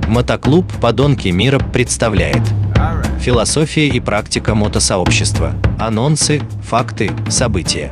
Мотоклуб «Подонки мира» представляет философия и практика мотосообщества. Анонсы, факты, события.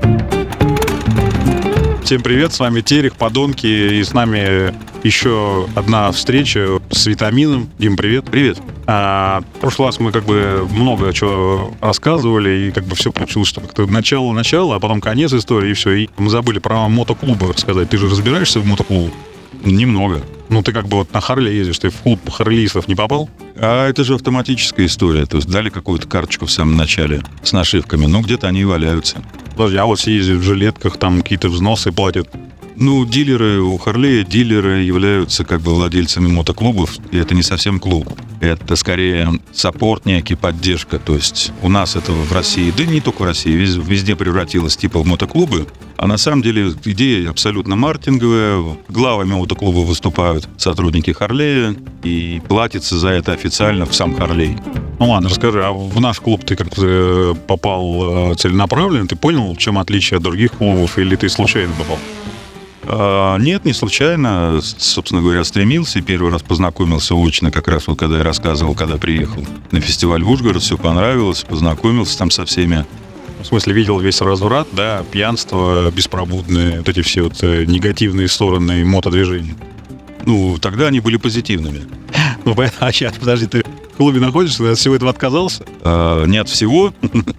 Всем привет, с вами Терех, Подонки, и с нами еще одна встреча с Витамином. Дим, привет. Привет. В прошлый раз мы много чего рассказывали, и все получилось, что как-то начало, а потом конец истории, и все. И мы забыли про мотоклубы рассказать. Ты же разбираешься в мотоклубах? Немного. Ну, ты на Харле ездишь, ты в клуб харлеистов не попал? А это же автоматическая история. То есть дали какую-то карточку в самом начале с нашивками, но где-то они и валяются. Подожди, а вот ездят в жилетках, там какие-то взносы платят. Ну, дилеры у Харлея, являются владельцами мотоклубов, и это не совсем клуб. Это скорее саппорт некий, поддержка. То есть у нас этого в России, да не только в России, везде превратилось в мотоклубы. А на самом деле идея абсолютно маркетинговая. Главами мотоклуба выступают сотрудники Харлея, и платится за это официально в сам Харлей. Ну ладно, расскажи, а в наш клуб ты как-то попал целенаправленно? Ты понял, в чем отличие от других клубов, или ты случайно попал? Нет, не случайно. Собственно говоря, стремился. И первый раз познакомился очно, как раз когда я рассказывал, когда приехал на фестиваль в Ужгород. Все понравилось, познакомился там со всеми. В смысле, видел весь разврат, да, пьянство беспробудное, вот эти все негативные стороны мотодвижения. Ну, тогда они были позитивными. Ну, а сейчас, подожди, ты в клубе находишься, ты от всего этого отказался? Не от всего,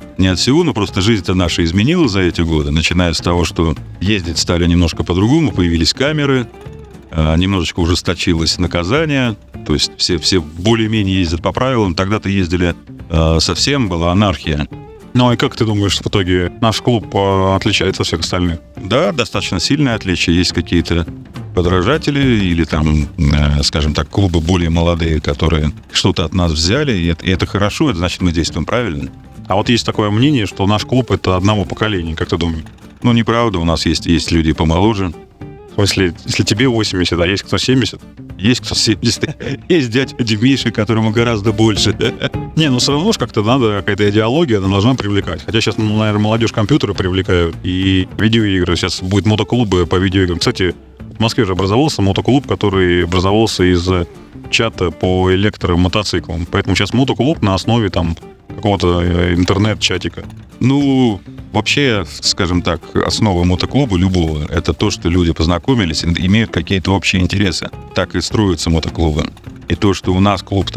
но просто жизнь-то наша изменилась за эти годы, начиная с того, что ездить стали немножко по-другому, появились камеры, немножечко ужесточилось наказание, то есть все более-менее ездят по правилам, тогда-то ездили совсем, была анархия. Ну, и как ты думаешь, в итоге наш клуб отличается от всех остальных? Да, достаточно сильное отличие, есть какие-то подражатели или там, скажем так, клубы более молодые, которые что-то от нас взяли, и это хорошо, это значит, мы действуем правильно. А вот есть такое мнение, что наш клуб — это одного поколения, как ты думаешь? Ну, неправда, у нас есть люди помоложе. В смысле, если тебе 80, а есть кто 70? Есть кто 70. Есть дядя Демиша, которому гораздо больше. Не, ну все равно же как-то надо, какая-то идеология, она должна привлекать. Хотя сейчас, наверное, молодежь компьютеры привлекают, и видеоигры. Сейчас будет мотоклубы по видеоиграм. Кстати, в Москве же образовался мотоклуб, который образовался из чата по электромотоциклам. Поэтому сейчас мотоклуб на основе какого-то интернет-чатика. Ну, вообще, скажем так, основа мотоклуба любого — это то, что люди познакомились, имеют какие-то общие интересы. Так и строятся мотоклубы. И то, что у нас клуб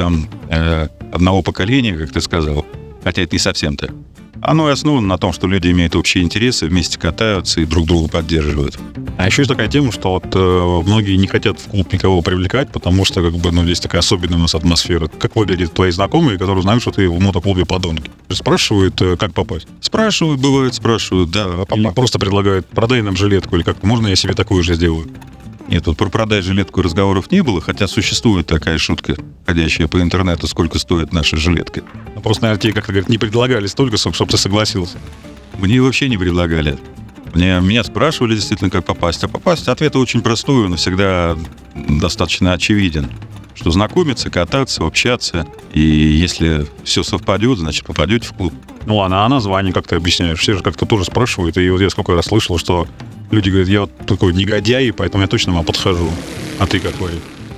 одного поколения, как ты сказал, хотя это не совсем так, оно и основано на том, что люди имеют общие интересы, вместе катаются и друг друга поддерживают. А еще есть такая тема, что многие не хотят в клуб никого привлекать, потому что здесь такая особенная у нас атмосфера. Как выглядят твои знакомые, которые знают, что ты в мотоклубе «Подонки»? Спрашивают, как попасть? Спрашивают, да. Или просто предлагают: продай нам жилетку, или как можно я себе такую же сделаю? Нет, тут про продай жилетку разговоров не было, хотя существует такая шутка, ходящая по интернету, сколько стоит наша жилетка. Просто, наверное, тебе как-то не предлагали столько, чтобы ты согласился. Мне вообще не предлагали. Меня спрашивали действительно, как попасть. А попасть — ответ очень простой, но всегда достаточно очевиден. Что знакомиться, кататься, общаться. И если все совпадет, значит, попадете в клуб. Ну ладно, а название как ты объясняешь? Все же как-то тоже спрашивают. И вот я сколько раз слышал, что люди говорят: я вот такой негодяй, поэтому я точно вам подхожу. А ты какой?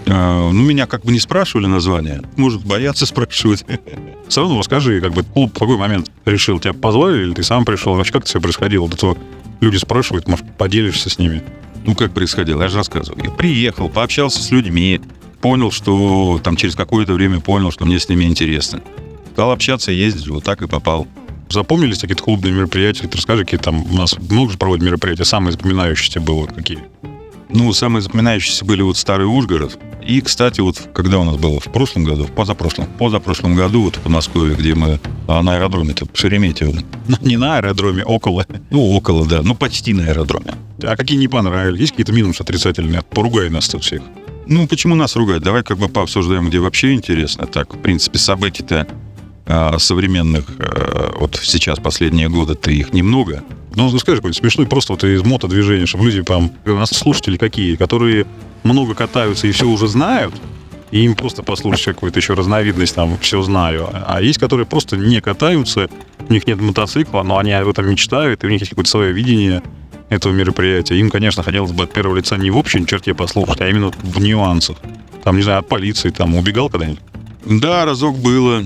Меня не спрашивали название. Может, боятся спрашивать. Все равно расскажи, клуб в какой момент решил? Тебя позвали или ты сам пришел? Вообще, как это все происходило? Люди спрашивают, может, поделишься с ними? Ну, как происходило? Я же рассказывал. Я приехал, пообщался с людьми, понял, что через какое-то время понял, что мне с ними интересно. Стал общаться, ездить, вот так и попал. Запомнились какие-то клубные мероприятия? Ты расскажи, какие там у нас много же проводят мероприятия. Самые запоминающиеся было какие? Ну, самые запоминающиеся были Старый Ужгород. И, кстати, когда у нас было в прошлом году, позапрошлом году, в Подмосковье, где мы на аэродроме-то, в Шереметьево. Ну, не на аэродроме, около. Ну, около, да, почти на аэродроме. А какие не понравились? Есть какие-то минусы отрицательные? Поругай нас тут всех. Ну, почему нас ругать? Давай пообсуждаем, где вообще интересно. Так, в принципе, событий-то современных, сейчас, последние годы-то их немного. Ну, скажи какой-нибудь смешной просто из мотодвижения, чтобы люди у нас слушатели какие, которые много катаются и все уже знают, и им просто послушать какую-то еще разновидность, все знаю. А есть, которые просто не катаются, у них нет мотоцикла, но они об этом мечтают, и у них есть какое-то свое видение этого мероприятия. Им, конечно, хотелось бы от первого лица не в общей черте послушать, а именно в нюансах. Там, не знаю, от полиции, там, убегал когда-нибудь? Да, разок было.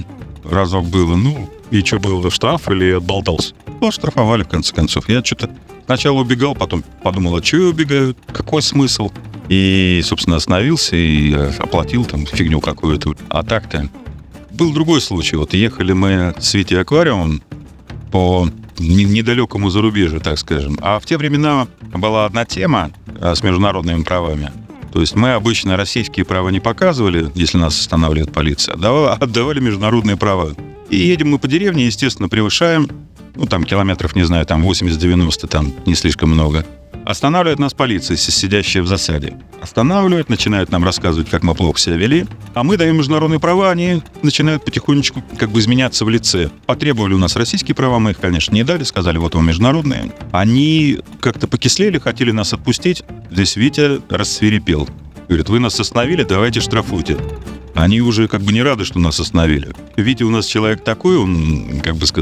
Ну, И что было, штраф или отболтался? оштрафовали, в конце концов. Я что-то сначала убегал, потом подумал, а что я убегаю? Какой смысл? И, собственно, остановился и оплатил там фигню какую-то. А так-то был другой случай. Вот ехали мы с Витей Аквариумом по недалекому зарубежью, так скажем. А в те времена была одна тема с международными правами. То есть мы обычно российские права не показывали, если нас останавливает полиция, отдавали международные права. И едем мы по деревне, естественно, превышаем, там километров, не знаю, там 80-90, там не слишком много. Останавливает нас полиция, сидящая в засаде. Останавливает, начинают нам рассказывать, как мы плохо себя вели. А мы даем международные права, они начинают потихонечку изменяться в лице. Потребовали у нас российские права, мы их, конечно, не дали, сказали, вот вам международные. Они как-то покислели, хотели нас отпустить. Здесь Витя рассвирепел. Говорит, вы нас остановили, давайте штрафуйте. Они уже не рады, что нас остановили. Витя у нас человек такой, он,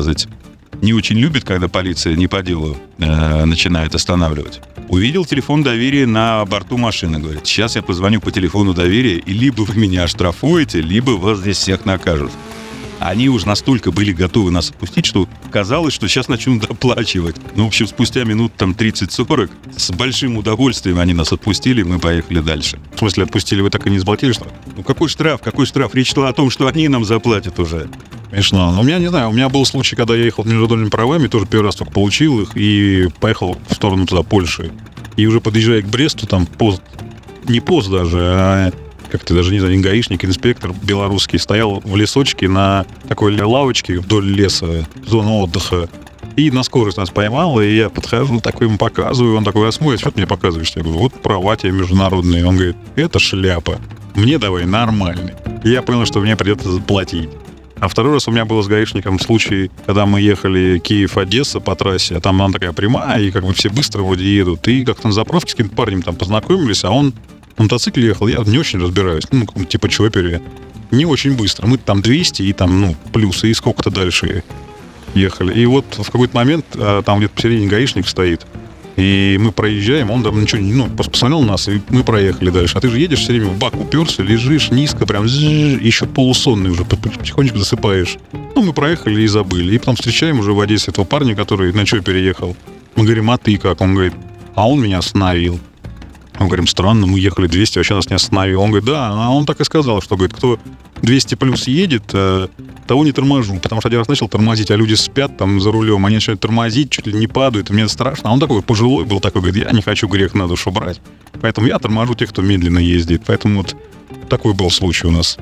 не очень любит, когда полиция не по делу начинает останавливать. Увидел телефон доверия на борту машины. Говорит, сейчас я позвоню по телефону доверия, и либо вы меня оштрафуете, либо вас здесь всех накажут. Они уже настолько были готовы нас отпустить, что казалось, что сейчас начнут доплачивать. В общем, спустя минут 30-40 с большим удовольствием они нас отпустили, мы поехали дальше. В смысле, отпустили, вы так и не заплатили, что ли? Какой штраф? Речь шла о том, что они нам заплатят уже. Смешно. Но у меня был случай, когда я ехал с международными правами, тоже первый раз только получил их, и поехал в сторону туда, Польши. И уже подъезжая к Бресту, там не пост даже, а даже не знаю, гаишник, инспектор белорусский стоял в лесочке на такой лавочке вдоль леса, зона отдыха. И на скорость нас поймал, и я подхожу, такой ему показываю, он такой осмотрит, что ты мне показываешь? Я говорю, вот права тебе международные. Он говорит, это шляпа, мне давай нормальный. И я понял, что мне придется заплатить. А второй раз у меня был с гаишником случай, когда мы ехали Киев-Одесса по трассе, а там она такая прямая, и все быстро вроде едут. И как-то на заправке с каким-то парнем там познакомились, а он на мотоцикле ехал, я не очень разбираюсь, типа чопере. Не очень быстро. Мы там 200 и там, плюс, и сколько-то дальше ехали. И вот в какой-то момент там где-то посередине гаишник стоит, и мы проезжаем, он там ничего, посмотрел на нас, и мы проехали дальше. А ты же едешь все время в бак уперся, лежишь низко, прям еще полусонный уже, потихонечку засыпаешь. Мы проехали и забыли. И потом встречаем уже в Одессе этого парня, который на чопере ехал. Мы говорим, а ты как? Он говорит, а он меня остановил. Мы говорим, странно, мы ехали 200, вообще нас не остановил. Он говорит, да, а он так и сказал, что, говорит, кто 200 плюс едет, того не торможу. Потому что один раз начал тормозить, а люди спят там за рулем, они начинают тормозить, чуть ли не падают, и мне страшно. А он такой пожилой был, такой, говорит, я не хочу грех на душу брать. Поэтому я торможу тех, кто медленно ездит. Поэтому вот такой был случай у нас.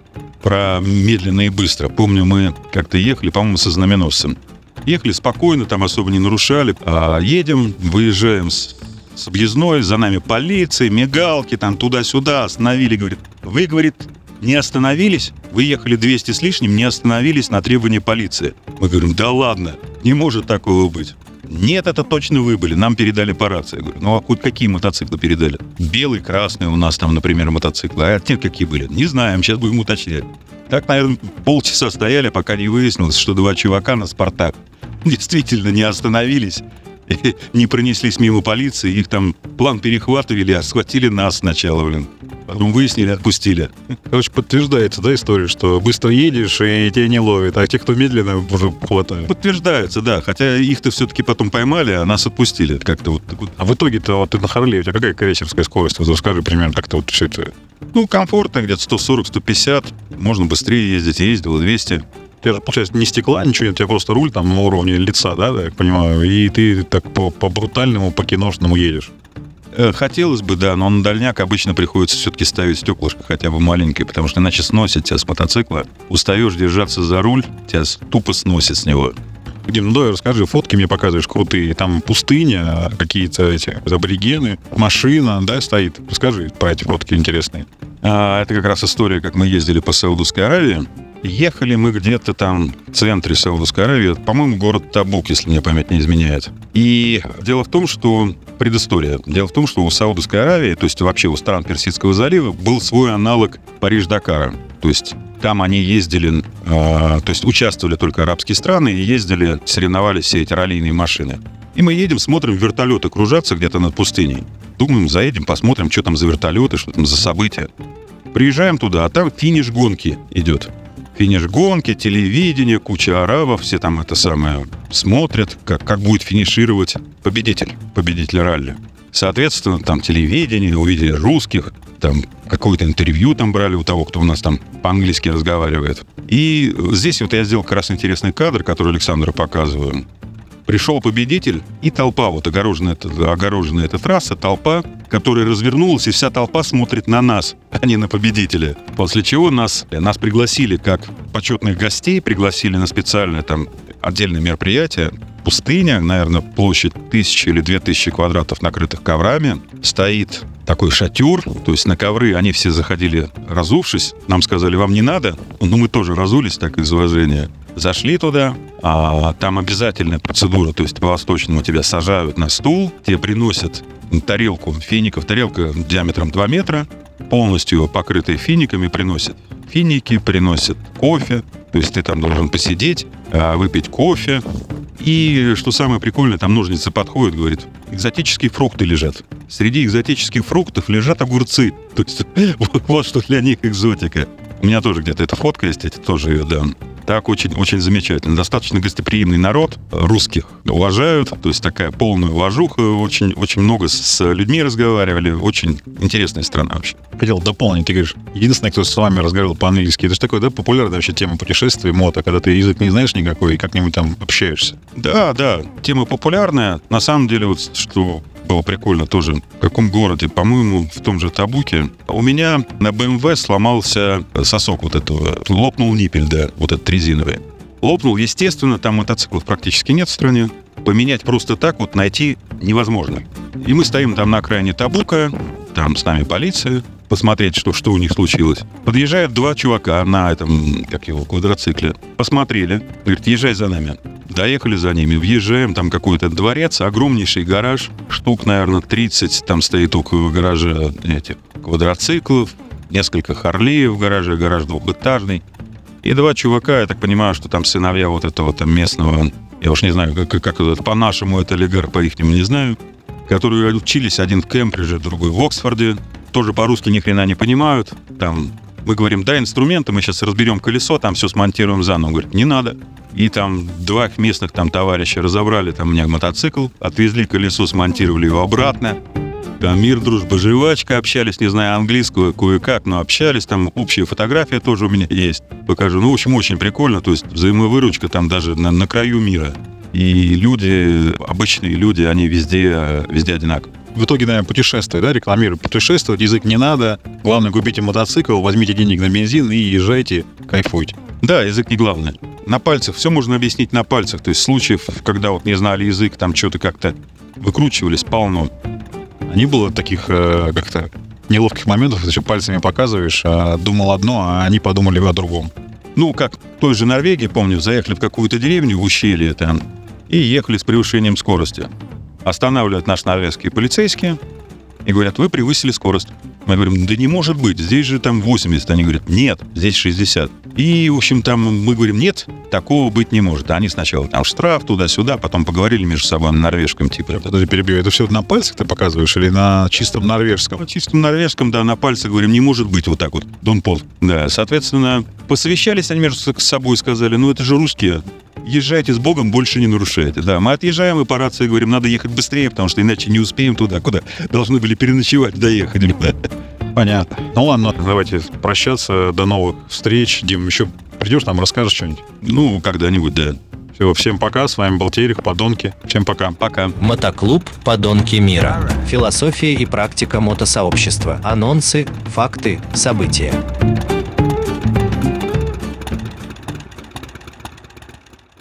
Про медленно и быстро. Помню, мы как-то ехали, по-моему, со знаменосцем. Ехали спокойно, там особо не нарушали. А едем, выезжаем с объездной, за нами полиция, мигалки, там туда-сюда, остановили, говорит. Вы, говорит, не остановились? Вы ехали 200 с лишним, не остановились на требования полиции. Мы говорим, да ладно, не может такого быть. Нет, это точно вы были, нам передали по рации. Я говорю, а хоть какие мотоциклы передали? Белый, красный у нас там, например, мотоциклы. А те какие были? Не знаем, сейчас будем уточнять. Так, наверное, полчаса стояли, пока не выяснилось, что два чувака на «Спартак» действительно не остановились, не пронеслись мимо полиции, их там план перехвата вели, а схватили нас сначала, Потом выяснили, отпустили. Короче, подтверждается, да, история, что быстро едешь, и тебя не ловят, а тех, кто медленно, уже хватает. Подтверждается, да. Хотя их-то все-таки потом поймали, а нас отпустили. Как-то вот. А в итоге-то вот ты на Харлее, у тебя какая крейсерская скорость? Вот расскажи примерно, как-то вот все это... Комфортно, где-то 140-150. Можно быстрее ездить. Ездил 200. У тебя, получается, не стекла, ничего нет, у тебя просто руль там на уровне лица, да, я понимаю, и ты так по брутальному, по киношному едешь. Хотелось бы, да, но на дальняк обычно приходится все-таки ставить стеклышко хотя бы маленькое, потому что иначе сносит тебя с мотоцикла. Устаешь держаться за руль, тебя тупо сносит с него. Дим, давай расскажи, фотки мне показываешь крутые. Там пустыня, какие-то эти аборигены, машина, да, стоит. Расскажи про эти фотки интересные. Это как раз история, как мы ездили по Саудовской Аравии. Ехали мы где-то там в центре Саудовской Аравии, по-моему, город Табук, если мне память не изменяет. И дело в том, что... Предыстория. Дело в том, что у Саудовской Аравии, то есть вообще у стран Персидского залива, был свой аналог Париж-Дакара. То есть там они ездили, то есть участвовали только арабские страны и ездили, соревновались все эти раллийные машины. И мы едем, смотрим, вертолеты кружатся где-то над пустыней. Думаем, заедем, посмотрим, что там за вертолеты, что там за события. Приезжаем туда, а там финиш гонки идет. Финиш гонки, телевидение, куча арабов, все там это самое смотрят, как будет финишировать победитель ралли. Соответственно, там телевидение, увидели русских, там какое-то интервью там брали у того, кто у нас там по-английски разговаривает. И здесь вот я сделал как раз интересный кадр, который Александру показываю. Пришел победитель, и толпа, вот огороженная эта трасса, толпа, которая развернулась, и вся толпа смотрит на нас, а не на победителя. После чего нас пригласили как почетных гостей, пригласили на специальное там отдельное мероприятие. Пустыня, наверное, площадь 1000 или 2000 квадратов, накрытых коврами. Стоит такой шатер, то есть на ковры они все заходили разувшись. Нам сказали, вам не надо? Ну, мы тоже разулись, так из уважения. Зашли туда, а там обязательная процедура, то есть по-восточному тебя сажают на стул, тебе приносят тарелку фиников, тарелка диаметром 2 метра, полностью покрытая финиками, приносят финики, приносят кофе, то есть ты там должен посидеть, выпить кофе. И что самое прикольное, там ножницы подходят, говорит, экзотические фрукты лежат. Среди экзотических фруктов лежат огурцы. То есть вот что для них экзотика. У меня тоже где-то эта фотка есть, я тоже ее дам. Так, очень замечательно. Достаточно гостеприимный народ, русских уважают, то есть такая полная уважуха, очень много с людьми разговаривали, очень интересная страна вообще. Хотел дополнить, ты говоришь, единственный, кто с вами разговаривал по-английски, это же такая, да, популярная вообще тема путешествий, мото, когда ты язык не знаешь никакой и как-нибудь там общаешься. Да, тема популярная. На самом деле, вот что было прикольно тоже, в каком городе, по-моему, в том же Табуке, у меня на BMW сломался сосок вот этого, лопнул ниппель, да, вот этот резиновый. Лопнул, естественно, там мотоциклов практически нет в стране. Поменять просто так вот найти невозможно. И мы стоим там на окраине Табука, там с нами полиция, посмотреть, что у них случилось. Подъезжают 2 чувака на этом, квадроцикле. Посмотрели, говорит, езжай за нами. Доехали за ними, въезжаем, там какой-то дворец, огромнейший гараж, штук, наверное, 30, там стоит около гаража этих квадроциклов, несколько Харлеев в гараже, гараж двухэтажный. И 2 чувака, я так понимаю, что там сыновья вот этого там местного, я уж не знаю, как это по-нашему это олигарх, по-ихнему не знаю, которые учились, один в Кембридже, другой в Оксфорде, тоже по-русски ни хрена не понимают, там... Мы говорим, дай инструменты, мы сейчас разберем колесо, там все смонтируем заново. Он говорит, не надо. И там 2 местных там товарища разобрали там у меня мотоцикл, отвезли колесо, смонтировали его обратно. Там мир, дружба, жвачка, общались, не знаю английского, кое-как, но общались. Там общая фотография тоже у меня есть. Покажу. Ну, в общем, очень прикольно. То есть взаимовыручка там даже на краю мира. И люди, обычные люди, они везде одинаковые. В итоге, наверное, путешествие, да, рекламируют. Путешествовать, язык не надо. Главное, купите мотоцикл, возьмите денег на бензин и езжайте, кайфуйте. Да, язык не главное. На пальцах. Все можно объяснить на пальцах. То есть случаев, когда вот не знали язык, там что-то как-то выкручивались, полно. А не было таких как-то неловких моментов, ты еще пальцами показываешь, думал одно, а они подумали о другом? Ну, как в той же Норвегии, помню, заехали в какую-то деревню в ущелье там и ехали с превышением скорости. Останавливают наши норвежские полицейские и говорят, вы превысили скорость. Мы говорим, да не может быть, здесь же там 80. Они говорят, нет, здесь 60. И, в общем, там мы говорим, нет, такого быть не может. Они сначала там штраф туда-сюда, потом поговорили между собой на норвежском типа. Подожди, перебью, это все на пальцах ты показываешь или на чистом норвежском? На чистом норвежском, да, на пальцах говорим, не может быть вот так вот, don't pol. Да, соответственно, посовещались они между собой, сказали, ну это же русские. Езжайте с Богом, больше не нарушайте. Да, мы отъезжаем и по рации говорим, надо ехать быстрее, потому что иначе не успеем туда, куда должны были переночевать, доехали. Понятно. Ну ладно, давайте прощаться, до новых встреч. Дим, еще придешь, нам расскажешь что-нибудь? Ну, когда-нибудь, да. Все, всем пока, с вами был Терек, Подонки. Всем пока. Пока. Мотоклуб «Подонки мира». Философия и практика мотосообщества. Анонсы, факты, события.